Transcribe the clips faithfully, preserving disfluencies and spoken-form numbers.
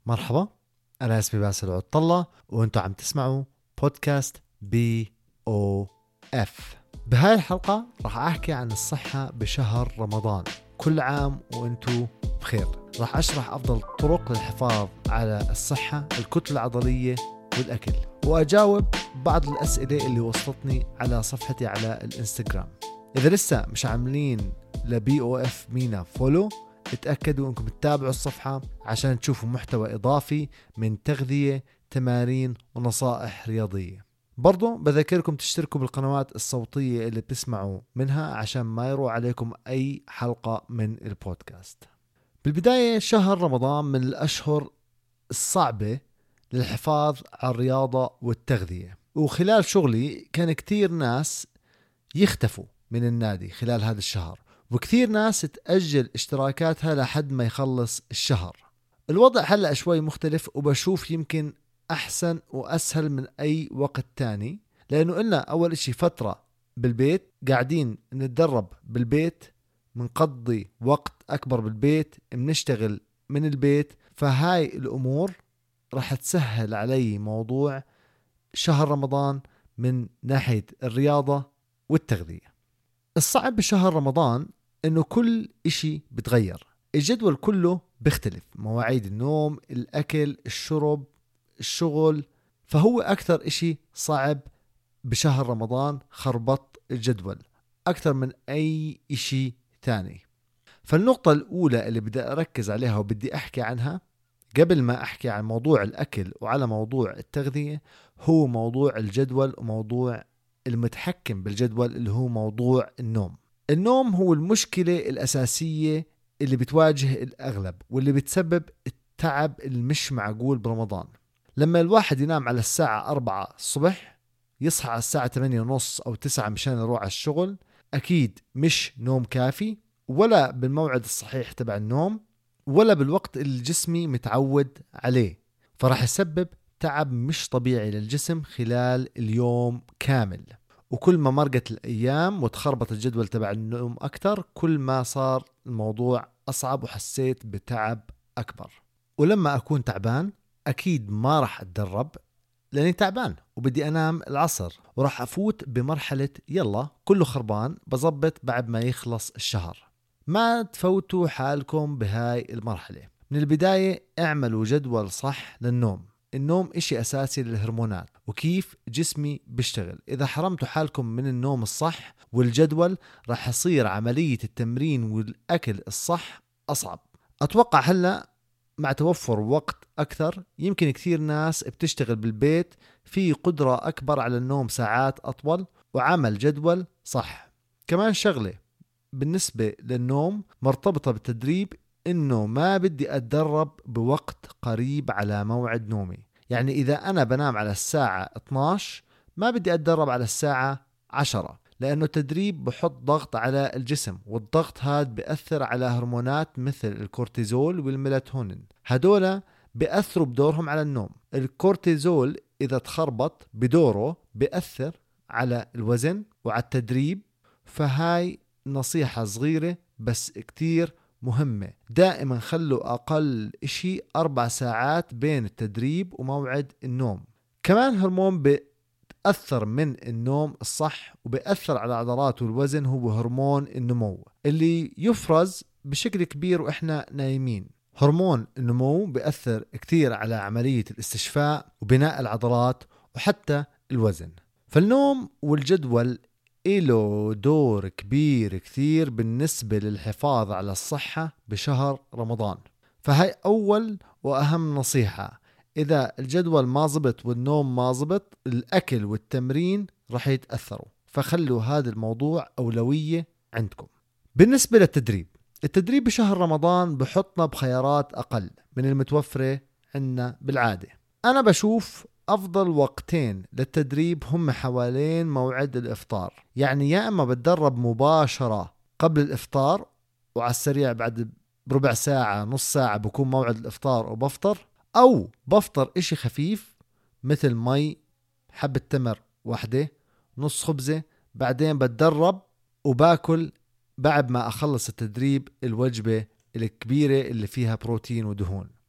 مرحبا، أنا اسمي باسل عطلة وأنتو عم تسمعوا بودكاست بي أو إف. بهاي الحلقة راح أحكي عن الصحة بشهر رمضان. كل عام وأنتو بخير. راح أشرح أفضل طرق للحفاظ على الصحة، الكتلة العضلية والأكل، وأجاوب بعض الأسئلة اللي وصلتني على صفحتي على الإنستغرام. إذا لسه مش عاملين لبي أو إف مينا فولو، اتأكدوا أنكم تتابعوا الصفحة عشان تشوفوا محتوى إضافي من تغذية، تمارين ونصائح رياضية. برضو بذكركم تشتركوا بالقنوات الصوتية اللي بتسمعوا منها عشان ما يروح عليكم أي حلقة من البودكاست. بالبداية، شهر رمضان من الأشهر الصعبة للحفاظ على الرياضة والتغذية، وخلال شغلي كان كتير ناس يختفوا من النادي خلال هذا الشهر، وكثير ناس تأجل اشتراكاتها لحد ما يخلص الشهر. الوضع هلأ شوي مختلف، وبشوف يمكن أحسن وأسهل من أي وقت تاني، لأنه إلنا أول إشي فترة بالبيت قاعدين نتدرب بالبيت، منقضي وقت أكبر بالبيت، منشتغل من البيت. فهاي الأمور رح تسهل علي موضوع شهر رمضان من ناحية الرياضة والتغذية. الصعب بشهر رمضان انه كل اشي بتغير، الجدول كله بيختلف، مواعيد النوم، الاكل، الشرب، الشغل. فهو اكثر اشي صعب بشهر رمضان خربط الجدول اكثر من اي اشي تاني. فالنقطة الاولى اللي بدي اركز عليها وبدي احكي عنها قبل ما احكي عن موضوع الاكل وعلى موضوع التغذية هو موضوع الجدول، وموضوع المتحكم بالجدول اللي هو موضوع النوم. النوم هو المشكلة الأساسية اللي بتواجه الأغلب، واللي بتسبب التعب المش معقول برمضان. لما الواحد ينام على الساعة أربعة الصبح، يصحى على الساعة ثمانية ونص أو تسعة مشان يروح على الشغل، أكيد مش نوم كافي، ولا بالموعد الصحيح تبع النوم، ولا بالوقت اللي جسمي متعود عليه. فرح يسبب تعب مش طبيعي للجسم خلال اليوم كامل. وكل ما مرقت الأيام وتخربط الجدول تبع النوم أكتر، كل ما صار الموضوع أصعب وحسيت بتعب أكبر. ولما أكون تعبان أكيد ما رح أتدرب، لأني تعبان وبدي أنام العصر، ورح أفوت بمرحلة يلا كله خربان بظبط بعد ما يخلص الشهر. ما تفوتوا حالكم بهاي المرحلة. من البداية اعملوا جدول صح للنوم. النوم اشي اساسي للهرمونات وكيف جسمي بيشتغل. اذا حرمتوا حالكم من النوم الصح والجدول، راح يصير عملية التمرين والاكل الصح اصعب. اتوقع هلأ مع توفر وقت اكثر، يمكن كثير ناس بتشتغل بالبيت في قدرة اكبر على النوم ساعات اطول وعمل جدول صح. كمان شغلة بالنسبة للنوم مرتبطة بالتدريب، إنه ما بدي أتدرب بوقت قريب على موعد نومي. يعني إذا أنا بنام على الساعة اثنتي عشر، ما بدي أتدرب على الساعة عشرة، لأنه التدريب بحط ضغط على الجسم، والضغط هذا بيأثر على هرمونات مثل الكورتيزول والميلاتونين. هدول بيأثروا بدورهم على النوم. الكورتيزول إذا تخربط بدوره بيأثر على الوزن وعلى التدريب. فهاي نصيحة صغيرة بس كتير مهمة، دائما خلوا أقل إشي أربع ساعات بين التدريب وموعد النوم. كمان هرمون بيأثر من النوم الصح وبيأثر على العضلات والوزن، هو هرمون النمو اللي يفرز بشكل كبير وإحنا نايمين. هرمون النمو بيأثر كتير على عملية الاستشفاء وبناء العضلات وحتى الوزن. فالنوم والجدول إله دور كبير كثير بالنسبة للحفاظ على الصحة بشهر رمضان. فهي أول وأهم نصيحة. إذا الجدول ما زبط والنوم ما زبط، الأكل والتمرين رح يتأثروا. فخلوا هذا الموضوع أولوية عندكم. بالنسبة للتدريب، التدريب بشهر رمضان بحطنا بخيارات أقل من المتوفرة عندنا بالعادة. أنا بشوف أفضل وقتين للتدريب هم حوالين موعد الإفطار. يعني يا أما بتدرب مباشرة قبل الإفطار وعلى السريع بعد بربع ساعة نص ساعة بكون موعد الإفطار وبفطر، أو بفطر إشي خفيف مثل مي، حبة تمر واحدة، نص خبزة، بعدين بتدرب وباكل بعد ما أخلص التدريب الوجبة الكبيرة اللي فيها بروتين ودهون.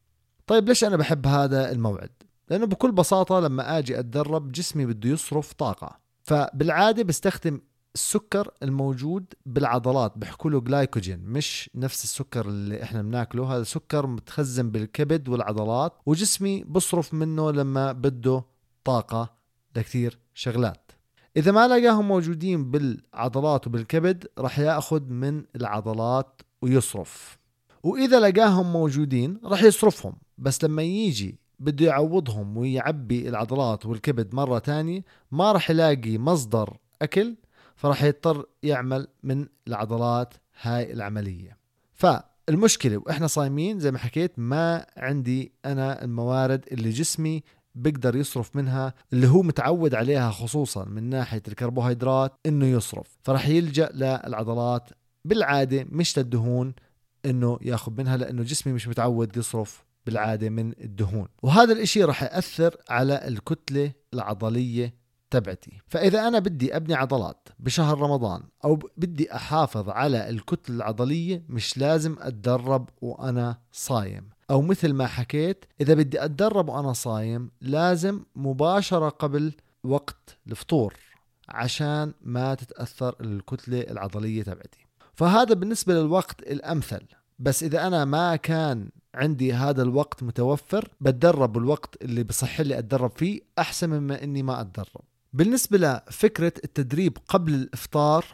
طيب ليش أنا بحب هذا الموعد؟ لأنه بكل بساطة لما أجي أتدرب جسمي بده يصرف طاقة، فبالعادة بستخدم السكر الموجود بالعضلات، بحكوا له جلايكوجين، مش نفس السكر اللي احنا بناكله. هذا سكر متخزن بالكبد والعضلات، وجسمي بصرف منه لما بده طاقة لكثير شغلات. إذا ما لقاهم موجودين بالعضلات وبالكبد رح يأخذ من العضلات ويصرف، وإذا لقاهم موجودين رح يصرفهم. بس لما يجي بده يعوضهم ويعبي العضلات والكبد مرة تانية ما رح يلاقي مصدر أكل، فرح يضطر يعمل من العضلات هاي العملية. فالمشكلة وإحنا صايمين زي ما حكيت ما عندي أنا الموارد اللي جسمي بيقدر يصرف منها، اللي هو متعود عليها خصوصا من ناحية الكربوهيدرات إنه يصرف، فرح يلجأ للعضلات بالعادة مش للدهون إنه ياخذ منها، لأنه جسمي مش متعود يصرف بالعادة من الدهون، وهذا الاشي رح يأثر على الكتلة العضلية تبعتي. فإذا أنا بدي أبني عضلات بشهر رمضان أو بدي أحافظ على الكتلة العضلية مش لازم أتدرب وأنا صايم، أو مثل ما حكيت إذا بدي أتدرب وأنا صايم لازم مباشرة قبل وقت الفطور عشان ما تتأثر الكتلة العضلية تبعتي. فهذا بالنسبة للوقت الأمثل. بس إذا أنا ما كان عندي هذا الوقت متوفر بتدرب الوقت اللي بصح لي أتدرب فيه أحسن مما إني ما أتدرب. بالنسبة لفكرة التدريب قبل الإفطار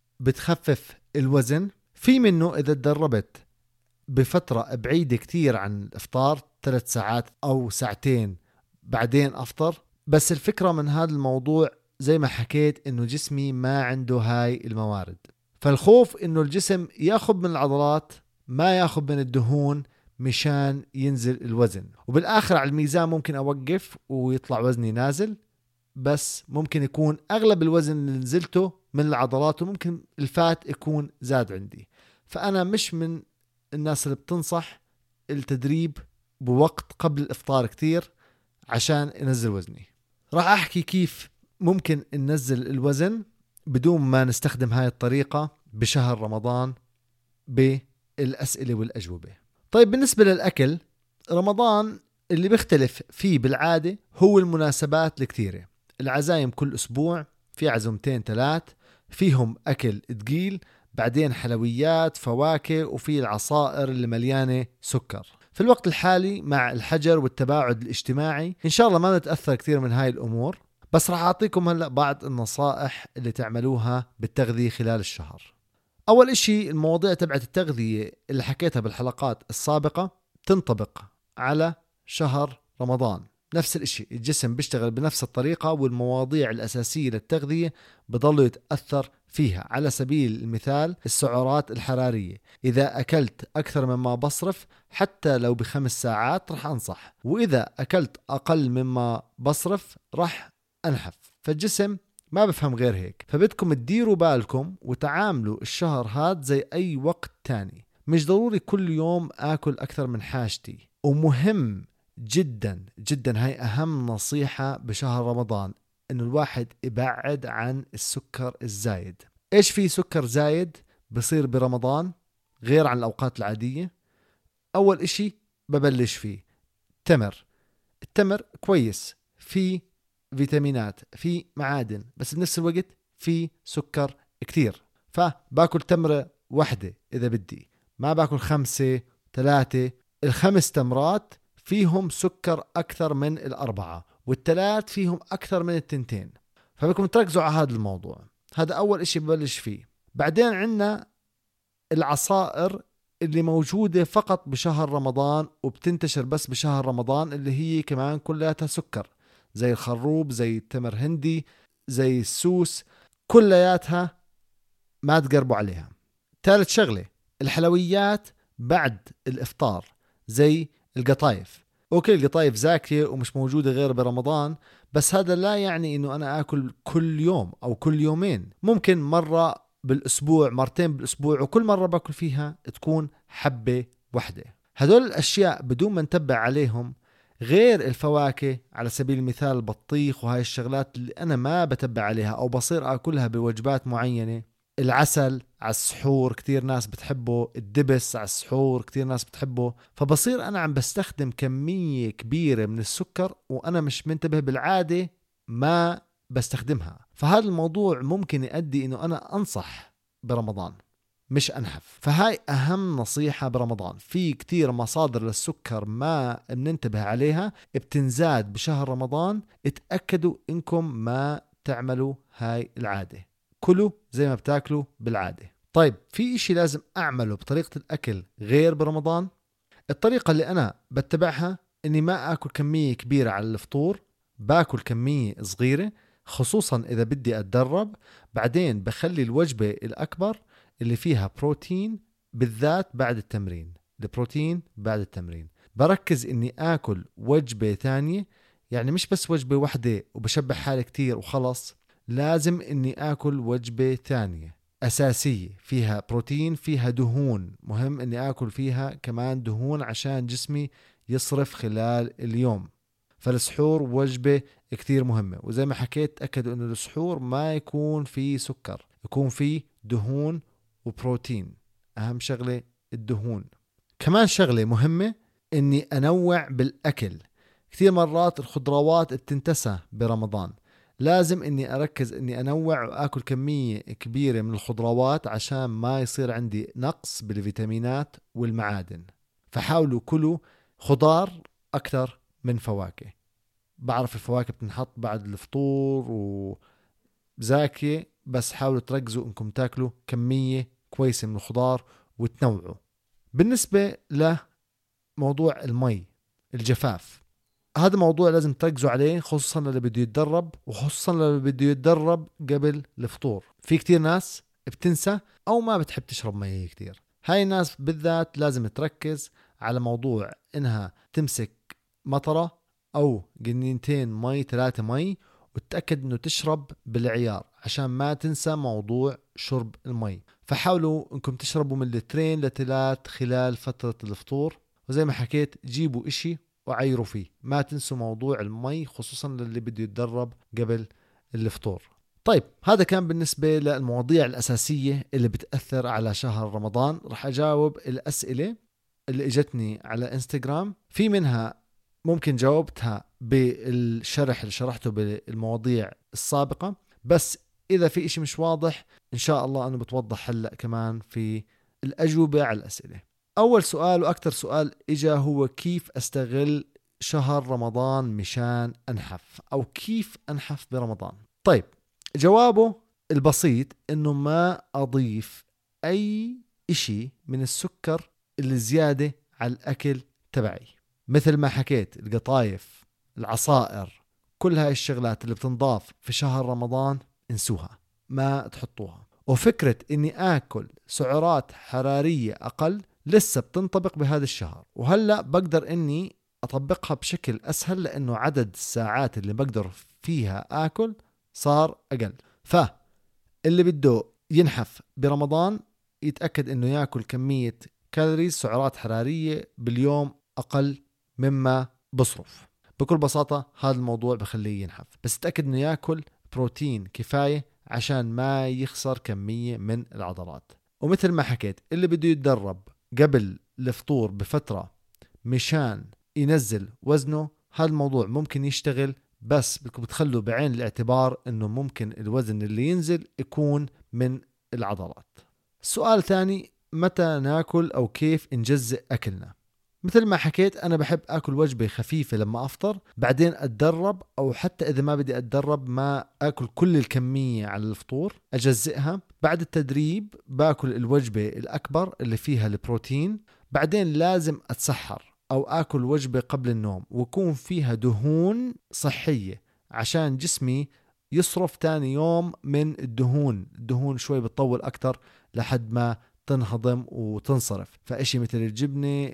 بتخفف الوزن، في منه إذا تدربت بفترة بعيدة كتير عن الإفطار ثلاث ساعات أو ساعتين بعدين أفطر. بس الفكرة من هذا الموضوع زي ما حكيت إنه جسمي ما عنده هاي الموارد، فالخوف إنه الجسم ياخذ من العضلات ما ياخذ من الدهون مشان ينزل الوزن، وبالآخر على الميزان ممكن أوقف ويطلع وزني نازل، بس ممكن يكون أغلب الوزن اللي نزلته من العضلات وممكن الفات يكون زاد عندي. فأنا مش من الناس اللي بتنصح التدريب بوقت قبل الإفطار كتير عشان ينزل وزني. راح أحكي كيف ممكن ننزل الوزن بدون ما نستخدم هاي الطريقة بشهر رمضان بالأسئلة والأجوبة. طيب بالنسبة للأكل، رمضان اللي بيختلف فيه بالعادة هو المناسبات الكثيرة. العزايم كل أسبوع في عزومتين ثلاث فيهم أكل تقيل، بعدين حلويات فواكه، وفي العصائر اللي مليانة سكر. في الوقت الحالي مع الحجر والتباعد الاجتماعي إن شاء الله ما نتأثر كثير من هاي الأمور، بس راح أعطيكم هلأ بعض النصائح اللي تعملوها بالتغذية خلال الشهر. أول إشي المواضيع تبعت التغذية اللي حكيتها بالحلقات السابقة تنطبق على شهر رمضان. نفس الإشي الجسم بيشتغل بنفس الطريقة، والمواضيع الأساسية للتغذية بضل يتأثر فيها. على سبيل المثال السعرات الحرارية، إذا أكلت أكثر مما بصرف حتى لو بخمس ساعات رح أنصح، وإذا أكلت أقل مما بصرف رح أنحف. فالجسم ما بفهم غير هيك. فبدكم تديروا بالكم وتعاملوا الشهر هاد زي أي وقت تاني، مش ضروري كل يوم آكل أكثر من حاجتي. ومهم جدا جدا، هاي أهم نصيحة بشهر رمضان، إنه الواحد يبعد عن السكر الزايد. إيش في سكر زايد بصير برمضان غير عن الأوقات العادية؟ أول إشي ببلش فيه تمر. التمر كويس، في فيتامينات، في معادن، بس بنفس الوقت في سكر كتير. فباكل تمرة واحدة إذا بدي، ما باكل خمسة ثلاثة. الخمس تمرات فيهم سكر أكثر من الأربعة، والثلاث فيهم أكثر من التنتين. فبكم تركزوا على هذا الموضوع. هذا أول إشي ببلش فيه. بعدين عنا العصائر اللي موجودة فقط بشهر رمضان وبتنتشر بس بشهر رمضان، اللي هي كمان كلها سكر، زي الخروب، زي التمر هندي، زي السوس، كلياتها ما تقربوا عليها. ثالث شغلة الحلويات بعد الإفطار زي القطايف. أوكي القطايف زاكية ومش موجودة غير برمضان، بس هذا لا يعني إنه أنا أكل كل يوم أو كل يومين. ممكن مرة بالأسبوع، مرتين بالأسبوع، وكل مرة باكل فيها تكون حبة واحدة. هدول الأشياء بدون ما نتبع عليهم. غير الفواكه على سبيل المثال البطيخ وهاي الشغلات اللي أنا ما بتبع عليها أو بصير أكلها بوجبات معينة، العسل على السحور كتير ناس بتحبه، الدبس على السحور كتير ناس بتحبه. فبصير أنا عم بستخدم كمية كبيرة من السكر وأنا مش منتبه، بالعادة ما بستخدمها. فهذا الموضوع ممكن يؤدي إنه أنا أنصح برمضان مش أنحف. فهاي أهم نصيحة برمضان. في كتير مصادر للسكر ما بننتبه عليها بتنزاد بشهر رمضان. اتأكدوا إنكم ما تعملوا هاي العادة، كلوا زي ما بتاكلوا بالعادة. طيب في إشي لازم أعمله بطريقة الأكل غير برمضان. الطريقة اللي أنا بتبعها إني ما أكل كمية كبيرة على الفطور، باكل كمية صغيرة خصوصا إذا بدي أتدرب. بعدين بخلي الوجبة الأكبر اللي فيها بروتين، بالذات بعد التمرين. البروتين بعد التمرين بركز إني أكل وجبة ثانية، يعني مش بس وجبة واحدة وبشبع حالي كتير وخلص. لازم إني أكل وجبة ثانية أساسية فيها بروتين، فيها دهون. مهم إني أكل فيها كمان دهون عشان جسمي يصرف خلال اليوم. فالسحور وجبة كتير مهمة، وزي ما حكيت تأكدوا إنه السحور ما يكون فيه سكر، يكون فيه دهون وبروتين. أهم شغلة الدهون. كمان شغلة مهمة إني أنوع بالأكل. كتير مرات الخضروات بتنتسى برمضان، لازم إني أركز إني أنوع وأكل كمية كبيرة من الخضروات عشان ما يصير عندي نقص بالفيتامينات والمعادن. فحاولوا كلوا خضار أكتر من فواكه. بعرف الفواكه بتنحط بعد الفطور وزاكية، بس حاولوا تركزوا إنكم تاكلوا كمية كويسة من الخضار وتنوعوا. بالنسبة لموضوع المي، الجفاف، هذا موضوع لازم تركزوا عليه خصوصا للي بده يتدرب، وخصوصا للي بده يتدرب قبل الفطور. في كتير ناس بتنسى أو ما بتحب تشرب مي كتير. هاي الناس بالذات لازم تركز على موضوع إنها تمسك مطرة أو جنينتين مي، ثلاثة مي، وتتأكد إنه تشرب بالعيار عشان ما تنسى موضوع شرب المي. فحاولوا إنكم تشربوا من لترين لثلاث خلال فترة الفطور. وزي ما حكيت جيبوا إشي وعيروا فيه، ما تنسوا موضوع المي خصوصا للي بده يتدرب قبل الفطور. طيب هذا كان بالنسبة للمواضيع الأساسية اللي بتأثر على شهر رمضان. رح أجاوب الأسئلة اللي اجتني على انستغرام، في منها ممكن جاوبتها بالشرح اللي شرحته بالمواضيع السابقة، بس إذا في إشي مش واضح إن شاء الله أنا بتوضح هلأ كمان في الأجوبة على الأسئلة. أول سؤال وأكتر سؤال إجا هو كيف أستغل شهر رمضان مشان أنحف، أو كيف أنحف برمضان. طيب جوابه البسيط إنه ما أضيف أي إشي من السكر اللي زيادة على الأكل تبعي، مثل ما حكيت القطايف، العصائر، كل هاي الشغلات اللي بتنضاف في شهر رمضان انسوها، ما تحطوها. وفكرة إني آكل سعرات حرارية أقل لسه بتنطبق بهذا الشهر، وهلأ بقدر إني أطبقها بشكل أسهل لأنه عدد الساعات اللي بقدر فيها آكل صار أقل. فاللي بده ينحف برمضان يتأكد إنه يأكل كمية كالوريز، سعرات حرارية باليوم أقل مما بصرف. بكل بساطة هذا الموضوع بخليه ينحف، بس تأكد إنه يأكل بروتين كفاية عشان ما يخسر كمية من العضلات. ومثل ما حكيت اللي بده يتدرب قبل الفطور بفترة مشان ينزل وزنه، هذا الموضوع ممكن يشتغل، بس بدكم بتخلوا بعين الاعتبار انه ممكن الوزن اللي ينزل يكون من العضلات. السؤال الثاني متى ناكل او كيف نجزئ اكلنا. مثل ما حكيت أنا بحب أكل وجبة خفيفة لما أفطر، بعدين أتدرب، أو حتى إذا ما بدي أتدرب ما أكل كل الكمية على الفطور، أجزئها. بعد التدريب باكل الوجبة الأكبر اللي فيها البروتين. بعدين لازم أتسحر أو أكل وجبة قبل النوم ويكون فيها دهون صحية عشان جسمي يصرف تاني يوم من الدهون. الدهون شوي بتطول أكتر لحد ما تنهضم وتنصرف. فإشي مثل الجبنة،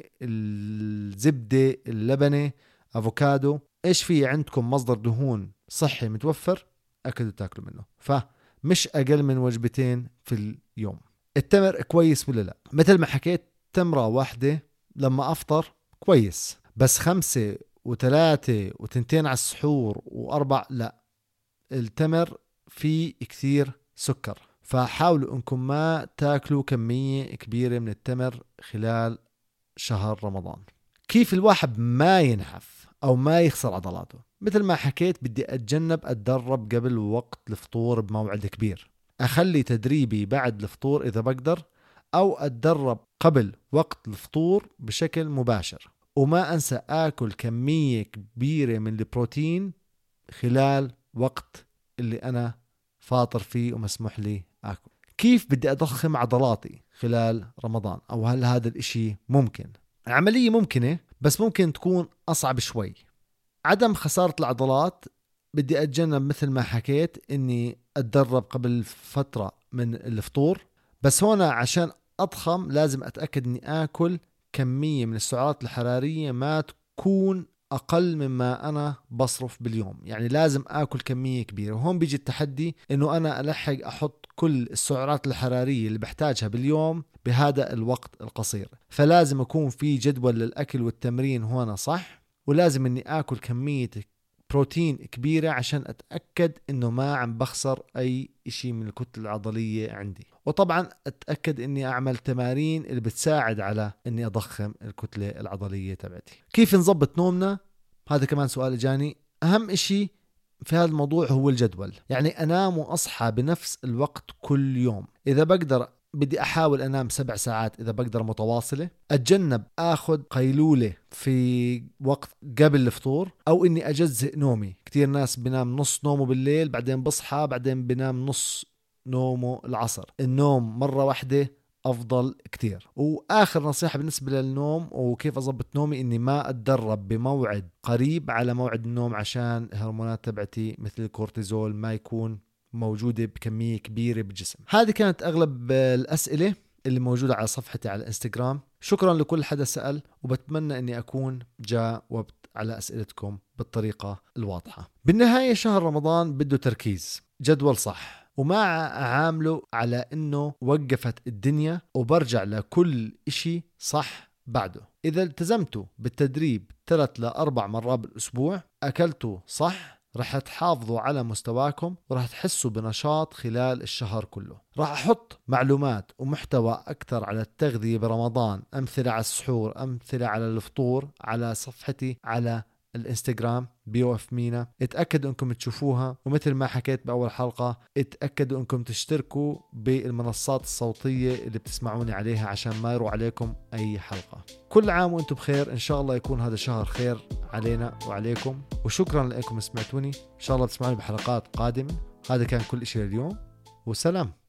الزبدة، اللبنة، أفوكادو، إيش في عندكم مصدر دهون صحي متوفر أكدوا تاكلوا منه. فمش أقل من وجبتين في اليوم. التمر كويس ولا لا؟ مثل ما حكيت تمرة واحدة لما أفطر كويس، بس خمسة وثلاثة وتنتين على السحور وأربع لا. التمر فيه كثير سكر، فحاولوا انكم ما تاكلوا كمية كبيرة من التمر خلال شهر رمضان. كيف الواحد ما ينحف او ما يخسر عضلاته؟ مثل ما حكيت، بدي اتجنب اتدرب قبل وقت الفطور بموعد كبير، اخلي تدريبي بعد الفطور اذا بقدر، او اتدرب قبل وقت الفطور بشكل مباشر. وما انسى اكل كمية كبيرة من البروتين خلال وقت اللي انا فاطر فيه ومسموح لي اكل. كيف بدي اضخم عضلاتي خلال رمضان؟ او هل هذا الاشي ممكن؟ عملية ممكنة، بس ممكن تكون اصعب شوي. عدم خسارة العضلات بدي اتجنب مثل ما حكيت اني اتدرب قبل فترة من الفطور، بس هنا عشان اضخم لازم اتأكد اني اكل كمية من السعرات الحرارية ما تكون اقل مما انا بصرف باليوم. يعني لازم اكل كمية كبيرة، وهون بيجي التحدي انه انا الحق احط كل السعرات الحرارية اللي بحتاجها باليوم بهذا الوقت القصير. فلازم يكون في جدول للاكل والتمرين هنا صح، ولازم اني اكل كمية بروتين كبيرة عشان اتأكد انه ما عم بخسر اي اشي من الكتلة العضلية عندي. وطبعا اتأكد اني اعمل تمارين اللي بتساعد على اني اضخم الكتلة العضلية تبعتي. كيف نظبط نومنا؟ هذا كمان سؤال جاني. اهم اشي في هذا الموضوع هو الجدول، يعني انام واصحى بنفس الوقت كل يوم. اذا بقدر بدي احاول انام سبع ساعات اذا بقدر متواصلة. اتجنب اخذ قيلولة في وقت قبل الفطور، او اني اجزئ نومي. كتير ناس بنام نص نومه بالليل بعدين بصحى بعدين بنام نص نومه العصر. النوم مرة واحدة افضل كتير. واخر نصيحة بالنسبة للنوم وكيف اضبط نومي، اني ما اتدرب بموعد قريب على موعد النوم عشان الهرمونات تبعتي مثل الكورتيزول ما يكون موجودة بكمية كبيرة بالجسم. هذه كانت أغلب الأسئلة اللي موجودة على صفحتي على الانستغرام. شكرا لكل حدا سأل، وبتمنى أني أكون جاوبت على أسئلتكم بالطريقة الواضحة. بالنهاية شهر رمضان بده تركيز، جدول صح، وما أعامله على أنه وقفت الدنيا وبرجع لكل إشي صح بعده. إذا التزمتوا بالتدريب ثلاث لأربع مرات بالأسبوع، أكلتوا صح، رح تحافظوا على مستواكم ورح تحسوا بنشاط خلال الشهر كله. رح أحط معلومات ومحتوى أكثر على التغذية برمضان، أمثلة على السحور، أمثلة على الفطور، على صفحتي على الانستغرام بيو اف مينا. اتأكدوا انكم تشوفوها، ومثل ما حكيت بأول حلقة اتأكدوا انكم تشتركوا بالمنصات الصوتية اللي بتسمعوني عليها عشان ما يروح عليكم اي حلقة. كل عام وانتم بخير، ان شاء الله يكون هذا الشهر خير علينا وعليكم، وشكرا لكم سمعتوني. ان شاء الله بتسمعوني بحلقات قادمة. هذا كان كل اشي لليوم، وسلام.